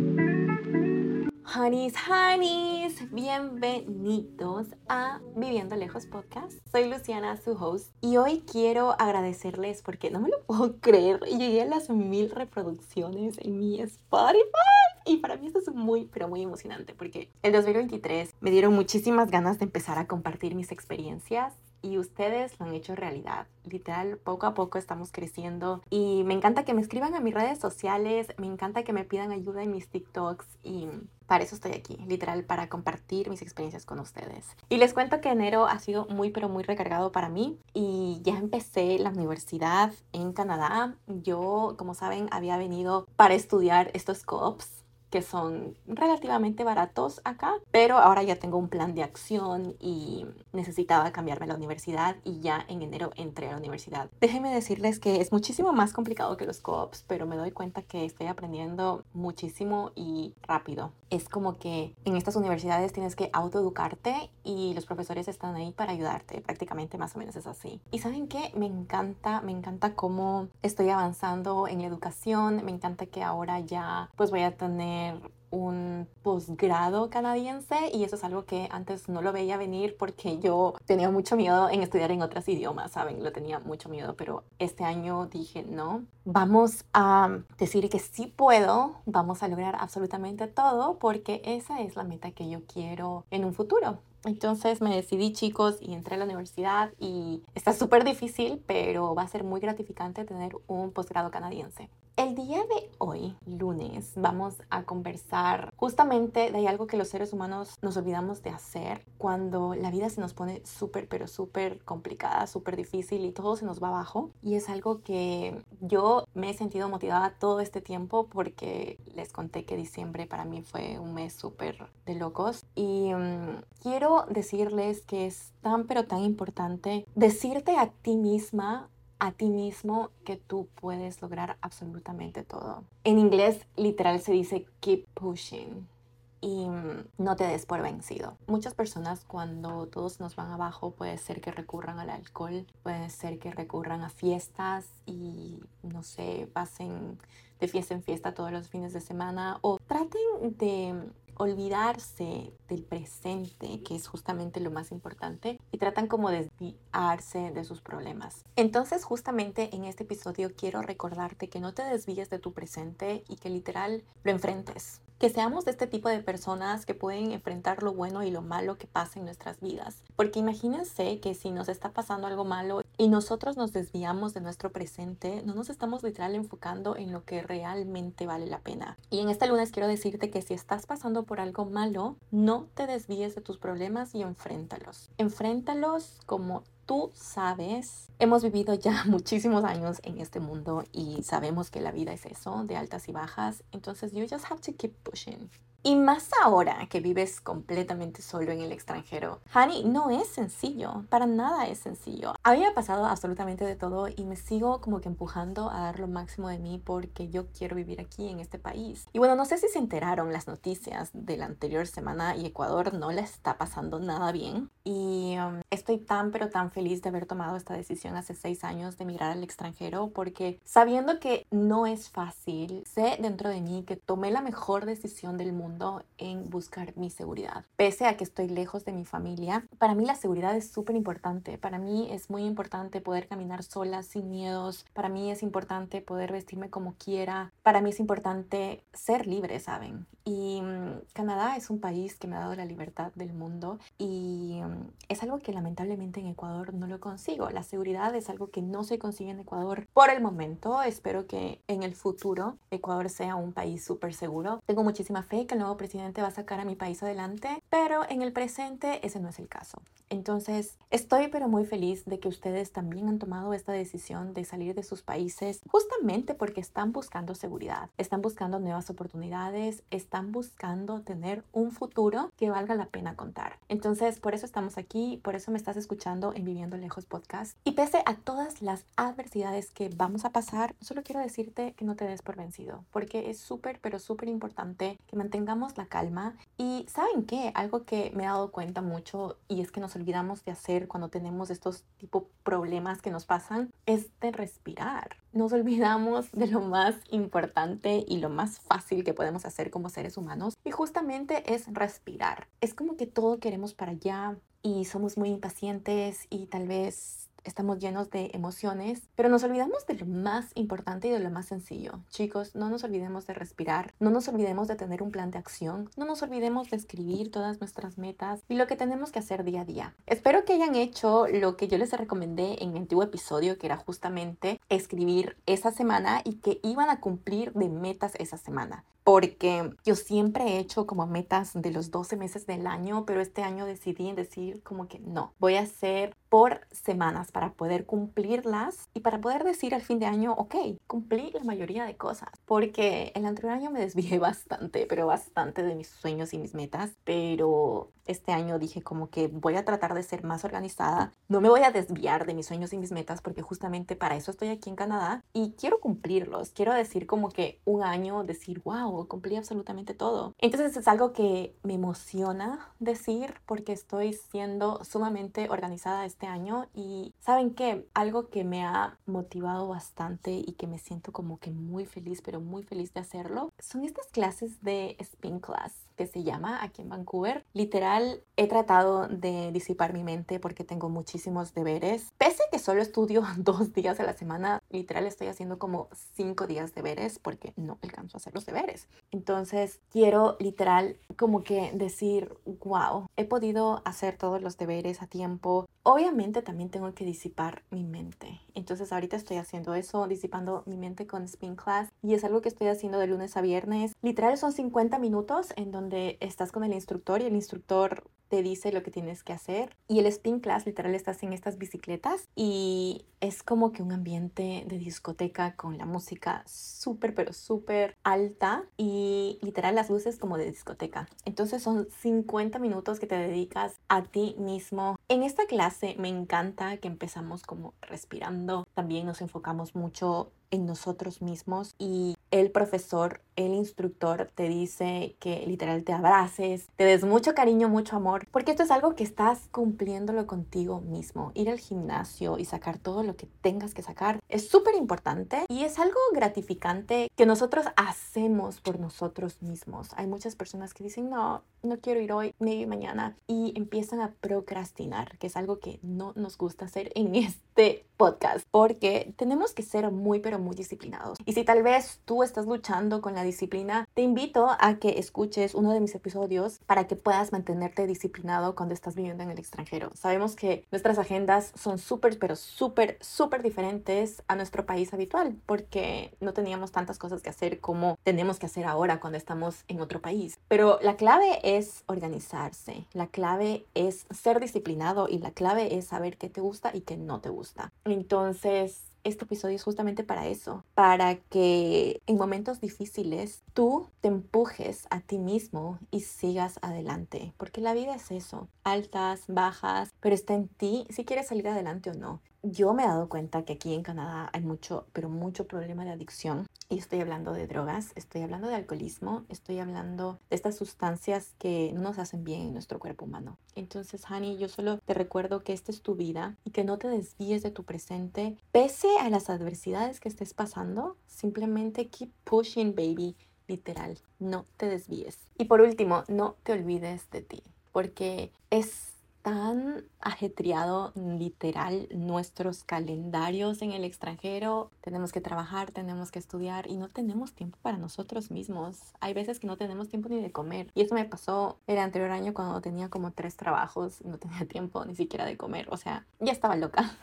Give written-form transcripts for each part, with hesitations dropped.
Honeys, bienvenidos a Viviendo Lejos Podcast. Soy Luciana, su host, y hoy quiero agradecerles porque no me lo puedo creer. Llegué a las 1000 reproducciones en mi Spotify. Y para mí esto es muy, pero muy emocionante porque el 2023 me dieron muchísimas ganas de empezar a compartir mis experiencias y ustedes lo han hecho realidad. Literal, poco a poco estamos creciendo y me encanta que me escriban a mis redes sociales, me encanta que me pidan ayuda en mis TikToks y para eso estoy aquí, literal, para compartir mis experiencias con ustedes. Y les cuento que enero ha sido muy, pero muy recargado para mí y ya empecé la universidad en Canadá. Yo, como saben, había venido para estudiar estos co-ops que son relativamente baratos acá, pero ahora ya tengo un plan de acción y necesitaba cambiarme a la universidad y ya en enero entré a la universidad. Déjenme decirles que es muchísimo más complicado que los co-ops, pero me doy cuenta que estoy aprendiendo muchísimo y rápido. Es como que en estas universidades tienes que autoeducarte y los profesores están ahí para ayudarte, prácticamente más o menos es así. ¿Y saben qué? Me encanta cómo estoy avanzando en la educación, me encanta que ahora ya pues voy a tener un posgrado canadiense y eso es algo que antes no lo veía venir porque yo tenía mucho miedo en estudiar en otros idiomas, ¿saben? Lo tenía mucho miedo, pero este año dije no, vamos a decir que sí puedo, vamos a lograr absolutamente todo porque esa es la meta que yo quiero en un futuro. Entonces me decidí, chicos, y entré a la universidad y está súper difícil, pero va a ser muy gratificante tener un posgrado canadiense. El día de hoy, lunes, vamos a conversar justamente de algo que los seres humanos nos olvidamos de hacer cuando la vida se nos pone súper, pero súper complicada, súper difícil y todo se nos va abajo. Y es algo que yo me he sentido motivada todo este tiempo porque les conté que diciembre para mí fue un mes súper de locos. Y quiero decirles que es tan, pero tan importante decirte a ti misma, a ti mismo, que tú puedes lograr absolutamente todo. En inglés literal se dice keep pushing y no te des por vencido. Muchas personas cuando todos nos van abajo puede ser que recurran al alcohol, puede ser que recurran a fiestas y no sé, pasen de fiesta en fiesta todos los fines de semana o traten de olvidarse del presente, que es justamente lo más importante, y tratan como de desviarse de sus problemas. Entonces, justamente en este episodio quiero recordarte que no te desvíes de tu presente y que literal lo enfrentes. Que seamos de este tipo de personas que pueden enfrentar lo bueno y lo malo que pasa en nuestras vidas. Porque imagínense que si nos está pasando algo malo y nosotros nos desviamos de nuestro presente, no nos estamos literal enfocando en lo que realmente vale la pena. Y en este lunes quiero decirte que si estás pasando por algo malo, no te desvíes de tus problemas y enfréntalos. Enfréntalos como tú sabes. Hemos vivido ya muchísimos años en este mundo y sabemos que la vida es eso, de altas y bajas. Entonces, you just have to keep pushing. Y más ahora que vives completamente solo en el extranjero. Honey, no es sencillo, para nada es sencillo. A mí me ha pasado absolutamente de todo y me sigo como que empujando a dar lo máximo de mí porque yo quiero vivir aquí en este país. Y bueno, no sé si se enteraron las noticias de la anterior semana y Ecuador no le está pasando nada bien. Y estoy tan pero tan feliz de haber tomado esta decisión hace 6 años de emigrar al extranjero porque sabiendo que no es fácil, sé dentro de mí que tomé la mejor decisión del mundo en buscar mi seguridad. Pese a que estoy lejos de mi familia, para mí la seguridad es súper importante. Para mí es muy importante poder caminar sola sin miedos. Para mí es importante poder vestirme como quiera. Para mí es importante ser libre, ¿saben? Y Canadá es un país que me ha dado la libertad del mundo y es algo que lamentablemente en Ecuador no lo consigo. La seguridad es algo que no se consigue en Ecuador por el momento. Espero que en el futuro Ecuador sea un país súper seguro. Tengo muchísima fe que el nuevo presidente va a sacar a mi país adelante, pero en el presente ese no es el caso. Entonces, estoy pero muy feliz de que ustedes también han tomado esta decisión de salir de sus países justamente porque están buscando seguridad, están buscando nuevas oportunidades, están buscando tener un futuro que valga la pena contar. Entonces, por eso estamos aquí, por eso me estás escuchando en Viviendo Lejos Podcast. Y pese a todas las adversidades que vamos a pasar, solo quiero decirte que no te des por vencido, porque es súper, pero súper importante que mantengas mantengamos la calma. Y ¿saben qué? Algo que me he dado cuenta mucho y es que nos olvidamos de hacer cuando tenemos estos tipo problemas que nos pasan es de respirar. Nos olvidamos de lo más importante y lo más fácil que podemos hacer como seres humanos y justamente es respirar. Es como que todo queremos para allá y somos muy impacientes y tal vez estamos llenos de emociones, pero nos olvidamos de lo más importante y de lo más sencillo. Chicos, no nos olvidemos de respirar, no nos olvidemos de tener un plan de acción, no nos olvidemos de escribir todas nuestras metas y lo que tenemos que hacer día a día. Espero que hayan hecho lo que yo les recomendé en mi antiguo episodio, que era justamente escribir esa semana y que iban a cumplir de metas esa semana. Porque yo siempre he hecho como metas de los 12 meses del año, pero este año decidí decir como que no, voy a hacer por semanas para poder cumplirlas y para poder decir al fin de año, ok, cumplí la mayoría de cosas. Porque el anterior año me desvié bastante, pero bastante de mis sueños y mis metas, pero este año dije como que voy a tratar de ser más organizada, no me voy a desviar de mis sueños y mis metas porque justamente para eso estoy aquí en Canadá y quiero cumplirlos, quiero decir como que un año, decir, wow, cumplí absolutamente todo. Entonces es algo que me emociona decir porque estoy siendo sumamente organizada este año y ¿saben qué? Algo que me ha motivado bastante y que me siento como que muy feliz, pero muy feliz de hacerlo, son estas clases de Spin Class que se llama aquí en Vancouver. Literal, he tratado de disipar mi mente porque tengo muchísimos deberes. Pese a que solo estudio 2 días a la semana, literal estoy haciendo como 5 días de deberes porque no alcanzo a hacer los deberes. Entonces, quiero literal como que decir, wow, he podido hacer todos los deberes a tiempo. Obviamente también tengo que disipar mi mente. Entonces ahorita estoy haciendo eso, disipando mi mente con Spin Class y es algo que estoy haciendo de lunes a viernes. Literal son 50 minutos en donde estás con el instructor y el instructor te dice lo que tienes que hacer. Y el Spin Class, literal, estás en estas bicicletas y es como que un ambiente de discoteca con la música súper, pero súper alta y literal las luces como de discoteca. Entonces son 50 minutos que te dedicas a ti mismo. En esta clase me encanta que empezamos como respirando. También nos enfocamos mucho en nosotros mismos y el profesor, el instructor te dice que literal te abraces, te des mucho cariño, mucho amor, porque esto es algo que estás cumpliéndolo contigo mismo. Ir al gimnasio y sacar todo lo que tengas que sacar es súper importante y es algo gratificante que nosotros hacemos por nosotros mismos. Hay muchas personas que dicen, no, no quiero ir hoy, maybe mañana, y empiezan a procrastinar, que es algo que no nos gusta hacer en este podcast, porque tenemos que ser muy, pero muy disciplinados. Y si tal vez tú estás luchando con la disciplina, te invito a que escuches uno de mis episodios para que puedas mantenerte disciplinado cuando estás viviendo en el extranjero. Sabemos que nuestras agendas son súper, pero súper, súper diferentes a nuestro país habitual, porque no teníamos tantas cosas que hacer como tenemos que hacer ahora cuando estamos en otro país. Pero la clave es organizarse, la clave es ser disciplinado y la clave es saber qué te gusta y qué no te gusta. Entonces, este episodio es justamente para eso, para que en momentos difíciles tú te empujes a ti mismo y sigas adelante, porque la vida es eso, altas, bajas, pero está en ti si quieres salir adelante o no. Yo me he dado cuenta que aquí en Canadá hay mucho, pero mucho problema de adicción. Y estoy hablando de drogas, estoy hablando de alcoholismo, estoy hablando de estas sustancias que no nos hacen bien en nuestro cuerpo humano. Entonces, Hani, yo solo te recuerdo que esta es tu vida y que no te desvíes de tu presente. Pese a las adversidades que estés pasando, simplemente keep pushing, baby. Literal, no te desvíes. Y por último, no te olvides de ti, porque es tan ajetreado literal nuestros calendarios en el extranjero. Tenemos que trabajar, tenemos que estudiar y no tenemos tiempo para nosotros mismos. Hay veces que no tenemos tiempo ni de comer. Y eso me pasó el anterior año cuando tenía como 3 trabajos y no tenía tiempo ni siquiera de comer. O sea, ya estaba loca.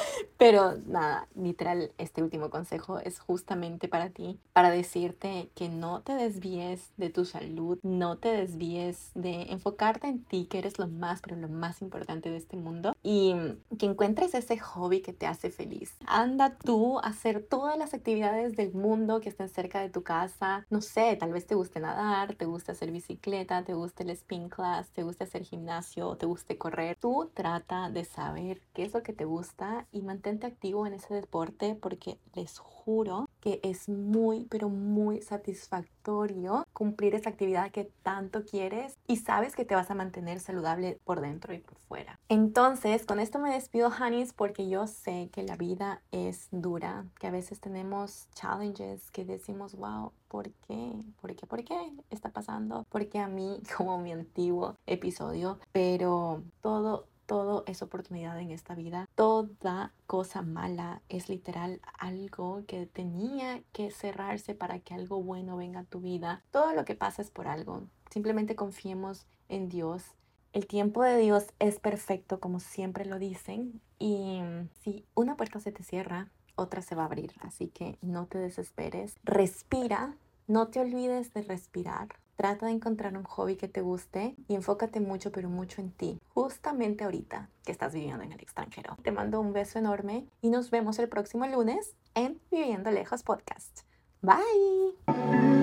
Pero nada, literal, este último consejo es justamente para ti, para decirte que no te desvíes de tu salud, no te desvíes de enfocarte en ti, que eres lo más, pero lo más importante de este mundo, y que encuentres ese hobby que te hace feliz. Anda tú a hacer todas las actividades del mundo que estén cerca de tu casa. No sé, tal vez te guste nadar, te guste hacer bicicleta, te guste el spin class, te guste hacer gimnasio, te guste correr. Tú trata de saber qué es lo que te gusta y mantente activo en ese deporte porque les juro que es muy, pero muy satisfactorio cumplir esa actividad que tanto quieres y sabes que te vas a mantener saludable por dentro y por fuera. Entonces, con esto me despido, honeys, porque yo sé que la vida es dura, que a veces tenemos challenges que decimos, wow, ¿por qué? ¿Por qué está pasando? ¿Por qué a mí? Como mi antiguo episodio. Pero todo es oportunidad en esta vida. Toda cosa mala es literal algo que tenía que cerrarse para que algo bueno venga a tu vida. Todo lo que pasa es por algo. Simplemente confiemos en Dios. El tiempo de Dios es perfecto, como siempre lo dicen. Y si una puerta se te cierra, otra se va a abrir. Así que no te desesperes. Respira. No te olvides de respirar. Trata de encontrar un hobby que te guste y enfócate mucho, pero mucho en ti, justamente ahorita que estás viviendo en el extranjero. Te mando un beso enorme y nos vemos el próximo lunes en Viviendo Lejos Podcast. Bye.